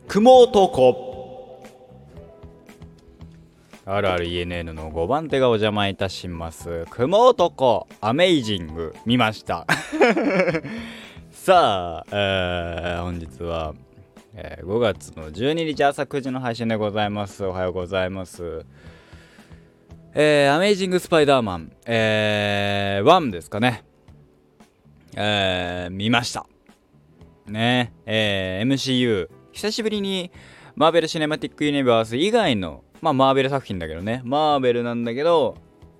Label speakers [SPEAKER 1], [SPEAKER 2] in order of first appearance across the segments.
[SPEAKER 1] 雲男RRENN の5番手がお邪魔いたします。雲男アメイジング見ましたさあ、本日は、5月の12日朝9時の配信でございます。おはようございます。アメイジングスパイダーマン、1ですかね、見ましたね。MCU 久しぶりにマーベル・シネマティック・ユニバース以外のマーベル作品だけどね、マーベルなんだけど、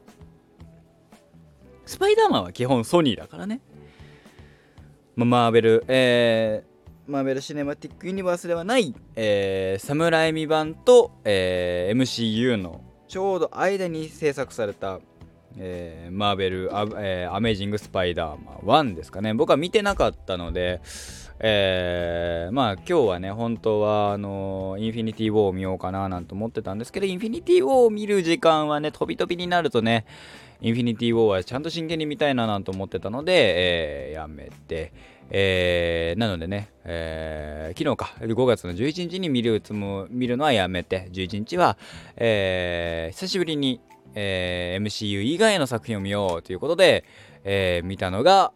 [SPEAKER 1] スパイダーマンは基本ソニーだからね。マーベル・シネマティック・ユニバースではない、サムライミ版と、MCU のちょうど間に制作された、マーベルアメイジング・スパイダーマン1ですかね。僕は見てなかったので、今日はね、本当はインフィニティ・ウォーを見ようかななんて思ってたんですけど、インフィニティ・ウォーを見る時間はね、飛び飛びになるとね、インフィニティ・ウォーはちゃんと真剣に見たいななんて思ってたので、やめて、なのでね、昨日か5月の11日に見るのはやめて、11日は、久しぶりに、MCU 以外の作品を見ようということで、見たのが、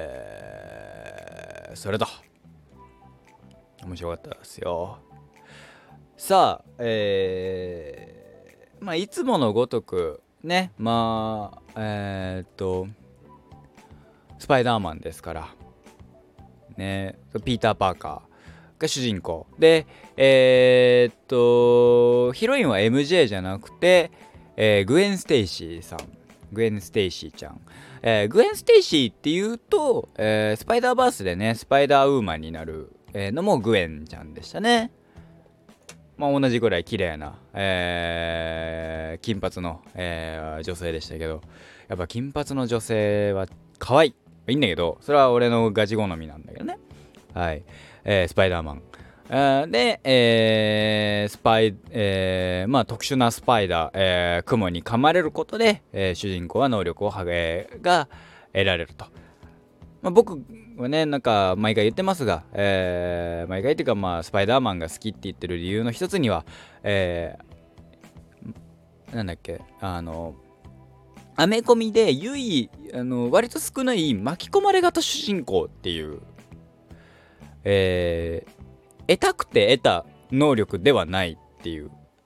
[SPEAKER 1] それと面白かったですよ。さあ、いつものごとくね、スパイダーマンですからね、ピーター・パーカーが主人公で、ヒロインは MJ じゃなくて、グエン・ステイシーさん、グエン・ステイシーちゃん、グエン・ステイシーっていうと、スパイダーバースでねスパイダーウーマンになるのもグエンちゃんでしたね。同じぐらい綺麗な、金髪の、女性でしたけど、やっぱ金髪の女性は可愛いいいんだけど、それは俺のガチ好みなんだけどね。はい、スパイダーマンで、特殊なスパイダー、雲に噛まれることで、主人公は能力が得られると。僕はね、なんか毎回言ってますが、毎回っていうかスパイダーマンが好きって言ってる理由の一つには、なんだっけ、アメコミで割と少ない巻き込まれ型主人公っていう、得たくて得た能力ではないっていう、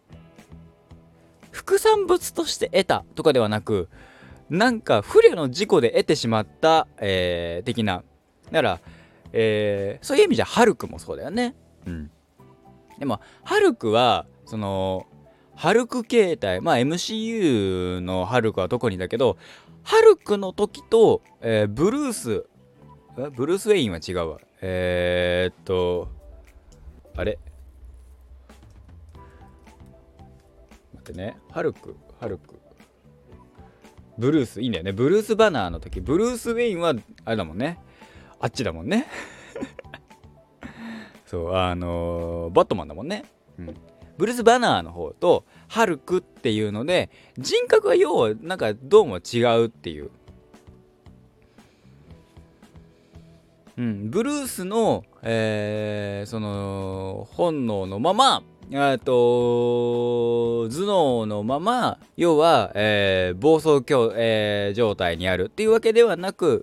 [SPEAKER 1] 副産物として得たとかではなく、なんか不慮の事故で得てしまった、的な。だから、そういう意味じゃハルクもそうだよね。でもハルクはそのハルク形態、MCU のハルクは特にだけど、ハルクの時と、ブルース・ウェインは違うわ。あれ待ってね、ハルクブルースいいんだよね。ブルース・バナーの時、ブルース・ウェインはあれだもんね、あっちだもんねそうバットマンだもんね。ブルース・バナーの方とハルクっていうので、人格が要はなんかどうも違うっていう。ブルースの、その本能のまま、頭脳のまま、要は、暴走状態にあるっていうわけではなく、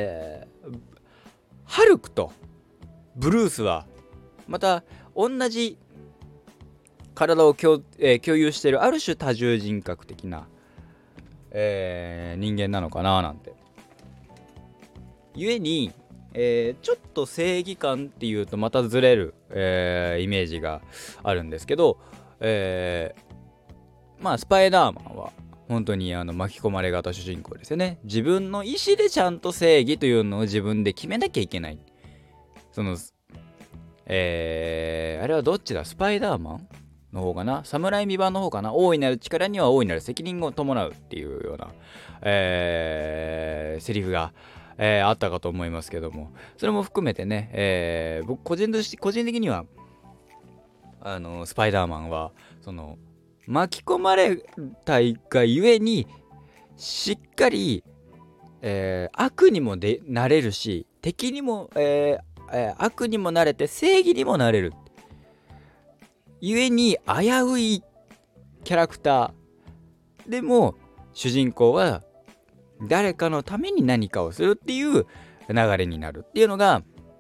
[SPEAKER 1] ハルクとブルースはまた同じ体を共有している、ある種多重人格的な、人間なのかななんて。故にちょっと正義感っていうとまたずれる、イメージがあるんですけど、スパイダーマンは本当に巻き込まれ型主人公ですよね。自分の意思でちゃんと正義というのを自分で決めなきゃいけない。そのあれはどっちだ、スパイダーマンの方かな、サムライミ版の方かな。大いなる力には大いなる責任を伴うっていうような、セリフがあったかと思いますけども、それも含めてね、僕個人的にはスパイダーマンはその巻き込まれたがゆえにしっかり、悪にもなれるし、敵にも、悪にもなれて正義にもなれる。 ゆえに危ういキャラクターでも主人公は誰かのために何かをするっていう流れになるっていうのが、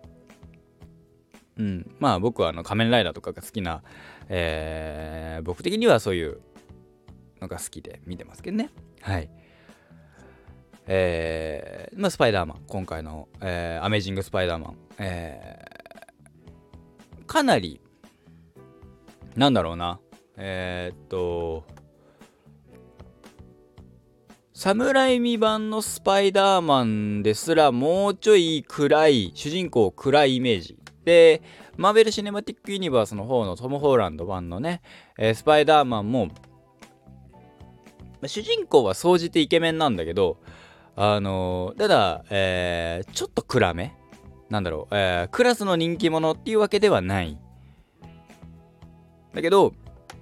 [SPEAKER 1] まあ僕は仮面ライダーとかが好きな、僕的にはそういうのが好きで見てますけどね。はい。スパイダーマン、今回の、アメージングスパイダーマン、かなりなんだろうな、サムライミ版のスパイダーマンですらもうちょい暗い、主人公暗いイメージで、マーベル・シネマティック・ユニバースの方のトム・ホーランド版のね、スパイダーマンも主人公は総じてイケメンなんだけど、ただ、ちょっと暗めなんだろう、クラスの人気者っていうわけではないだけど、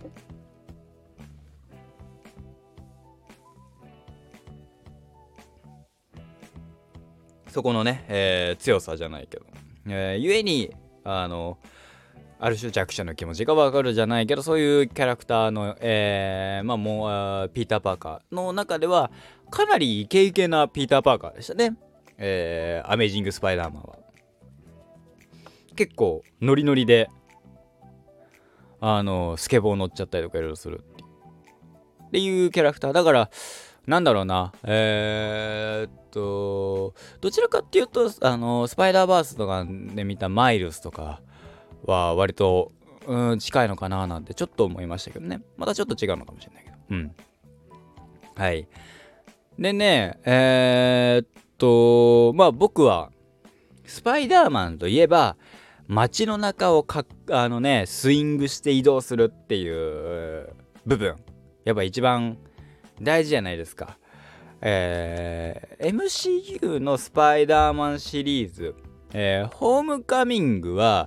[SPEAKER 1] そこのね、強さじゃないけど、ゆえにある種弱者の気持ちがわかるじゃないけど、そういうキャラクターの、もうピーター・パーカーの中ではかなりイケイケなピーター・パーカーでしたね。アメージング・スパイダーマンは結構ノリノリでスケボー乗っちゃったりとかいろいろするっていうキャラクターだから、なんだろうな、どちらかっていうとスパイダーバースとかで見たマイルスとかは割と近いのかななんてちょっと思いましたけどね。またちょっと違うのかもしれないけど。はい。でね、僕はスパイダーマンといえば街の中をスイングして移動するっていう部分、やっぱ一番大事じゃないですか。MCU のスパイダーマンシリーズ、ホームカミングは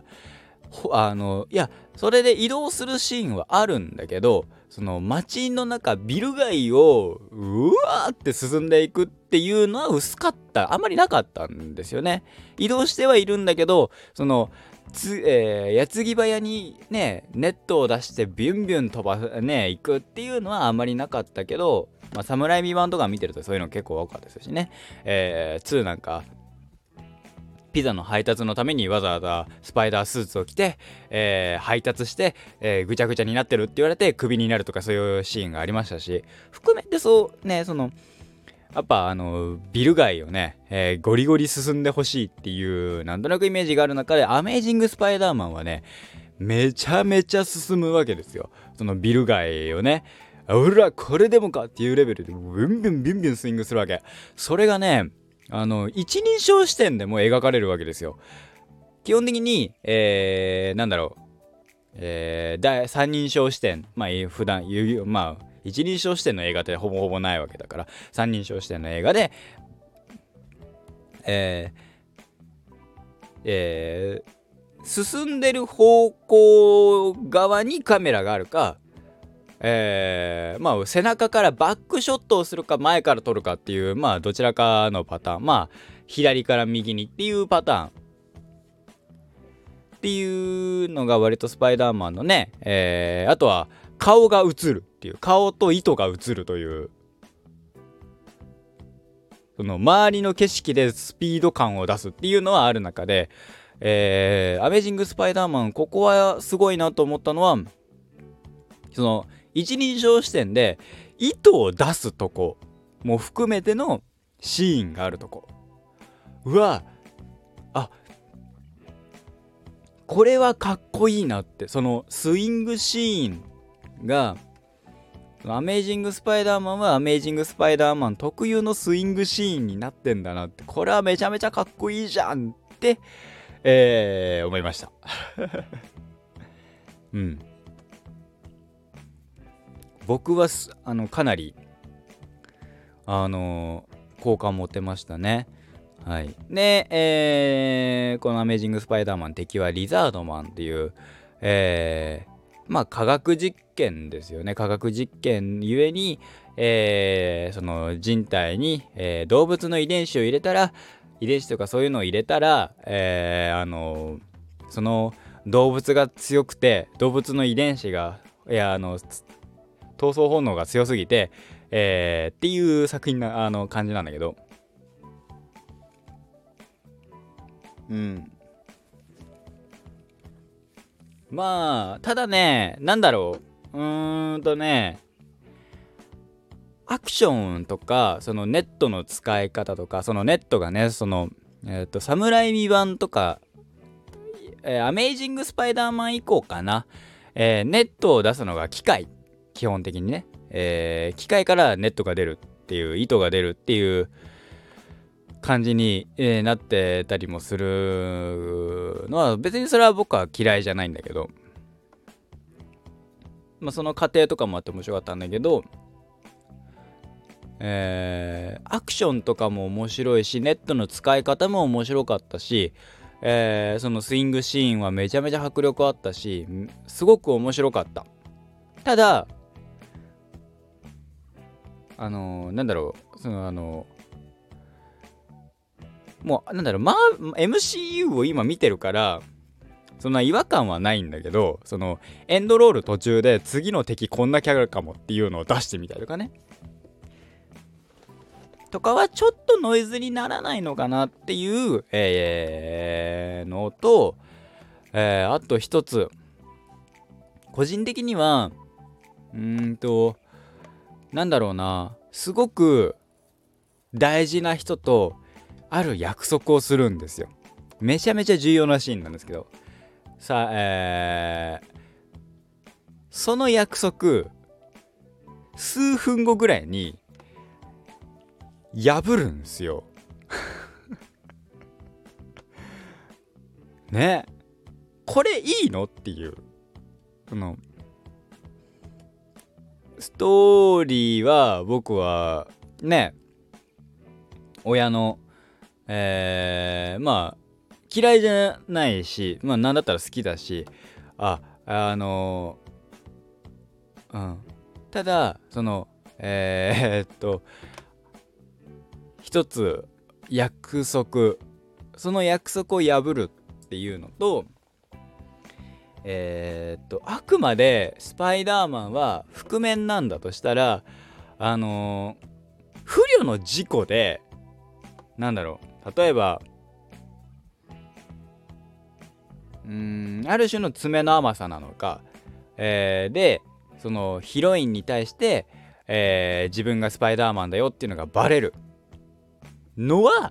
[SPEAKER 1] それで移動するシーンはあるんだけど、その街の中ビル街をうわーって進んでいくっていうのは薄かった、あんまりなかったんですよね。移動してはいるんだけど、その矢継ぎ早にねネットを出してビュンビュン飛ば行くっていうのはあんまりなかったけど、サムライミ版とか見てるとそういうの結構多かったですしね。2なんかピザの配達のためにわざわざスパイダースーツを着て、配達して、ぐちゃぐちゃになってるって言われてクビになるとか、そういうシーンがありましたし、含めてそうね、やっぱビル街をね、ゴリゴリ進んでほしいっていうなんとなくイメージがある中で、アメージングスパイダーマンはねめちゃめちゃ進むわけですよ。そのビル街をね、うらこれでもかっていうレベルでビンビンビンビンスイングするわけ。それがね一人称視点でも描かれるわけですよ。基本的に三人称視点、普段一人称視点の映画ってほぼほぼないわけだから、三人称視点の映画で進んでる方向側にカメラがあるか、背中からバックショットをするか前から撮るかっていう、どちらかのパターン、左から右にっていうパターンっていうのが割とスパイダーマンのね、あとは顔が映るっていう、顔と糸が映るという、その周りの景色でスピード感を出すっていうのはある中で、アメージングスパイダーマン、ここはすごいなと思ったのは、その一人称視点で糸を出すとこも含めてのシーンがあるとこ、これはかっこいいなって、そのスイングシーンが、アメージングスパイダーマンはアメージングスパイダーマン特有のスイングシーンになってんだなって、これはめちゃめちゃかっこいいじゃんって、思いました僕はかなり好感持ってましたね。はい。で、このアメージングスパイダーマン、敵はリザードマンっていう、科学実験ですよね。科学実験ゆえに、その人体に、動物の遺伝子を入れたら、遺伝子とかそういうのを入れたら、その動物が強くて、動物の遺伝子が闘争本能が強すぎて、っていう作品な感じなんだけど、まあただね、なんだろう、アクションとかそのネットの使い方とか、そのネットがね、そのサムライミ版とか、アメイジングスパイダーマン以降かな、ネットを出すのが機械、基本的にね、機械からネットが出るっていう、糸が出るっていう感じに、なってたりもするのは、別にそれは僕は嫌いじゃないんだけど、まあその過程とかもあって面白かったんだけど、アクションとかも面白いし、ネットの使い方も面白かったし、そのスイングシーンはめちゃめちゃ迫力あったし、すごく面白かった。ただなんだろう、そのもうなんだろう、MCU を今見てるからそんな違和感はないんだけど、そのエンドロール途中で次の敵こんなキャラかもっていうのを出してみたりとかね、とかはちょっとノイズにならないのかなっていう、のと、あと一つ、個人的にはなんだろうな、すごく大事な人とある約束をするんですよ。めちゃめちゃ重要なシーンなんですけど、さあ、その約束数分後ぐらいに破るんですよね。これいいのっていう、ストーリーは僕はね、親のまあ嫌いじゃないし、まあなんだったら好きだし、ただその一つ約束、その約束を破るっていうのと、あくまでスパイダーマンは覆面なんだとしたら、不慮の事故で、なんだろう、例えばある種の爪の甘さなのか、でそのヒロインに対して、自分がスパイダーマンだよっていうのがバレるのは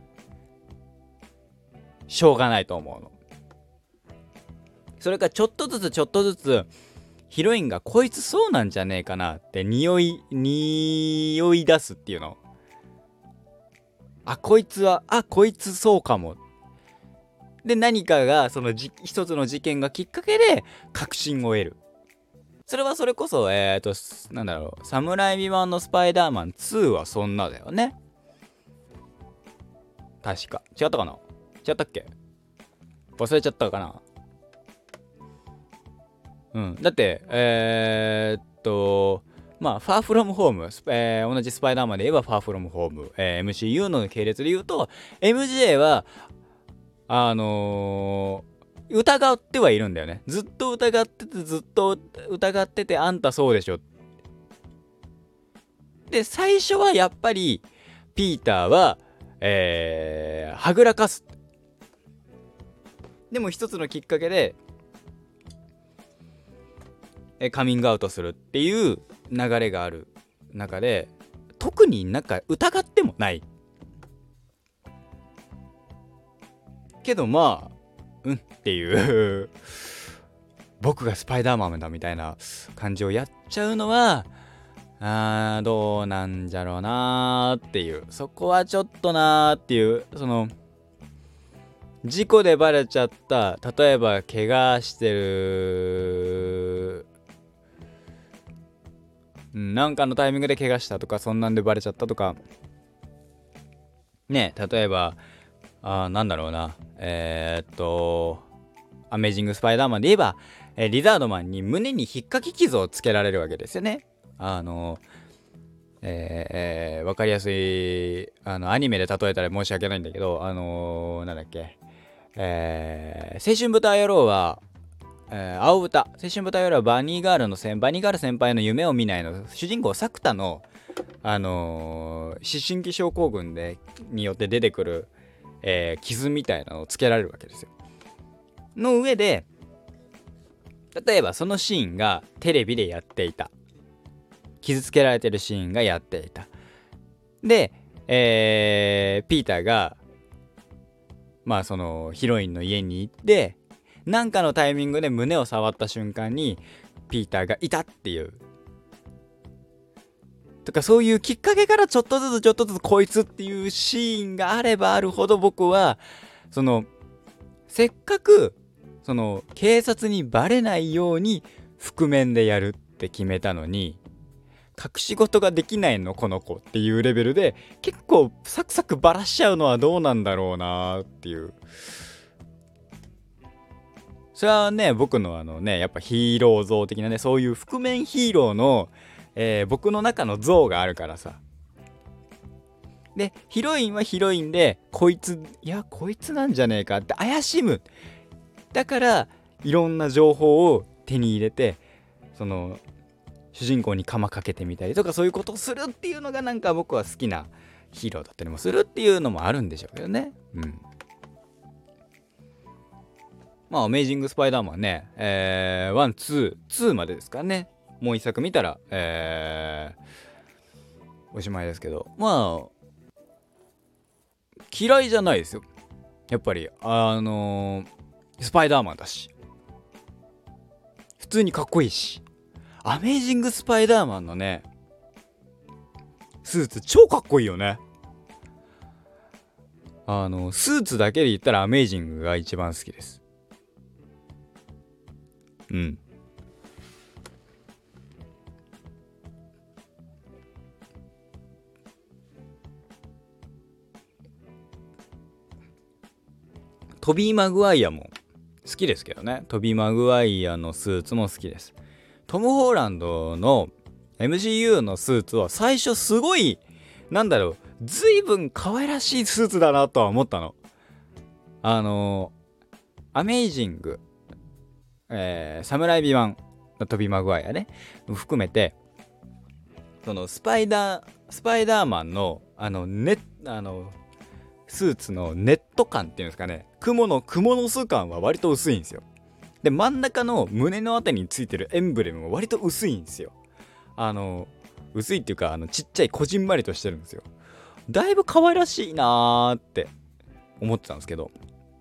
[SPEAKER 1] しょうがないと思うの。それからちょっとずつヒロインがこいつそうなんじゃねえかなって匂い出すっていうの。こいつそうかも。で何かがその一つの事件がきっかけで確信を得る。それはそれこそなんだろう、サムライミ版のスパイダーマン2はそんなだよね。確か違ったかな、違ったっけ、忘れちゃったかな。だってまあファーフロムホーム、同じスパイダーマンで言えばファーフロムホーム、MCU の系列で言うと MJ は疑ってはいるんだよね。ずっと疑っててあんたそうでしょ。で最初はやっぱりピーターははぐらかす。でも一つのきっかけでカミングアウトするっていう流れがある中で、特になんか疑ってもないけど、まあっていう僕がスパイダーマンだみたいな感じをやっちゃうのはどうなんじゃろうなーっていう、そこはちょっとなーっていう、その事故でバレちゃった、例えば怪我してる、なんかのタイミングで怪我したとか、そんなんでバレちゃったとかね、例えばなんだろうな、アメージングスパイダーマンで言えば、リザードマンに胸に引っかき傷をつけられるわけですよね。わかりやすいアニメで例えたら申し訳ないんだけど、なんだっけ、青春豚野郎は青豚青春豚よりはバニーガール先輩の夢を見ないの主人公作田の思春期症候群によって出てくる、傷みたいなのをつけられるわけですよ。の上で例えばそのシーンがテレビでやっていた、傷つけられてるシーンがやっていたで、ピーターがそのヒロインの家に行ってなんかのタイミングで胸を触った瞬間にピーターがいたっていうとか、そういうきっかけからちょっとずつこいつっていうシーンがあればあるほど、僕はそのせっかくその警察にバレないように覆面でやるって決めたのに隠し事ができないのこの子っていうレベルで結構サクサクバラしちゃうのはどうなんだろうなっていう。それはね、僕のやっぱヒーロー像的なね、そういう覆面ヒーローの、僕の中の像があるからさ。でヒロインはヒロインでこいつなんじゃねえかって怪しむ。だからいろんな情報を手に入れてその主人公に鎌かけてみたりとか、そういうことをするっていうのがなんか僕は好きなヒーローだったりもするっていうのもあるんでしょうけどね。アメイジングスパイダーマンね、1、2までですからね。もう一作見たら、おしまいですけど、嫌いじゃないですよ。やっぱりスパイダーマンだし、普通にかっこいいし、アメイジングスパイダーマンのねスーツ超かっこいいよね。スーツだけで言ったらアメイジングが一番好きです。トビー・マグワイアも好きですけどね。トビー・マグワイアのスーツも好きです。トム・ホーランドの MCU のスーツは最初すごいずいぶん可愛らしいスーツだなとは思ったの。アメイジング、サムライビバンのトビー・マグワイアね含めて、そのスパイダーマンのスーツのネット感っていうんですかね、クモの巣感は割と薄いんですよ。で真ん中の胸のあたりについてるエンブレムも割と薄いんですよ。薄いっていうかちっちゃいこじんまりとしてるんですよ。だいぶ可愛らしいなーって思ってたんですけど、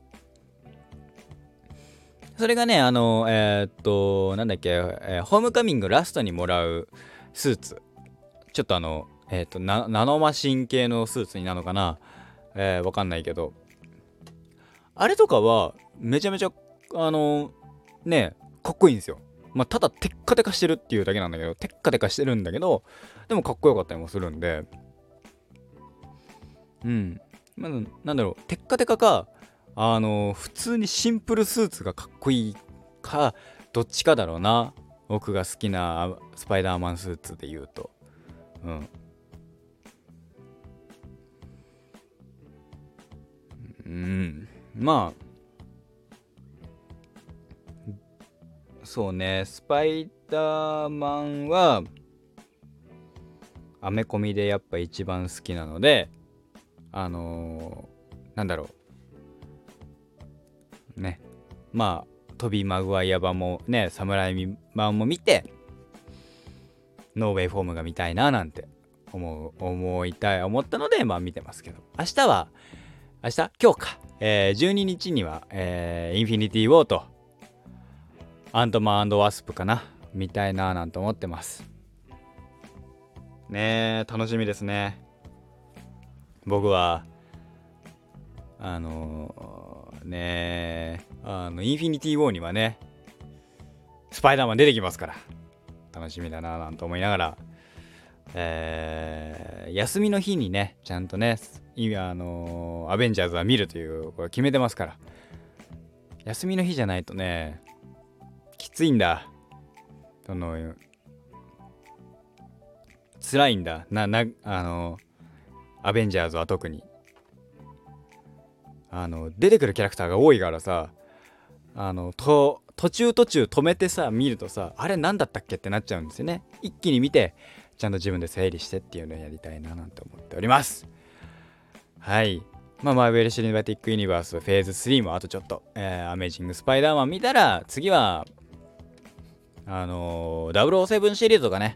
[SPEAKER 1] それがねなんだっけ、ホームカミングラストにもらうスーツ、ちょっとナノマシン系のスーツになるのかな、わかんないけど、あれとかはめちゃめちゃかっこいいんですよ。ただテッカテカしてるっていうだけなんだけど、テッカテカしてるんだけどでもかっこよかったりもするんで、テッカテカか普通にシンプルスーツがかっこいいかどっちかだろうな、僕が好きなスパイダーマンスーツで言うと。そうね、スパイダーマンはアメコミでやっぱ一番好きなので、トビー・マグワイア版もね、サムライ版も見てノーウェイフォームが見たいななんて思ったので見てますけど、今日か、12日には、インフィニティ・ウォーとアントマン&ワスプかな見たいななんて思ってますね。楽しみですね。僕はインフィニティ・ウォーにはねスパイダーマン出てきますから楽しみだななんて思いながら、休みの日にねちゃんとねアベンジャーズは見るというこれ決めてますから、休みの日じゃないとねきついんだ、辛いんだアベンジャーズは特に出てくるキャラクターが多いからさ、 途中止めてさ見るとさ、あれ何だったっけってなっちゃうんですよね。一気に見てちゃんと自分で整理してっていうのをやりたいななんて思っております。はい。マーベル・シネマティック・ユニバースフェーズ3もあとちょっと、アメージング・スパイダーマン見たら次は007シリーズとかね、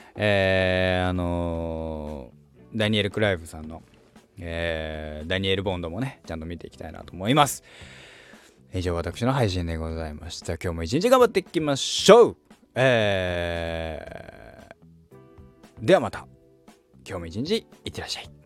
[SPEAKER 1] ダニエル・クライブさんの、ダニエル・ボンドもねちゃんと見ていきたいなと思います。以上私の配信でございました。今日も一日頑張っていきましょう。ではまた今日も一日いってらっしゃい。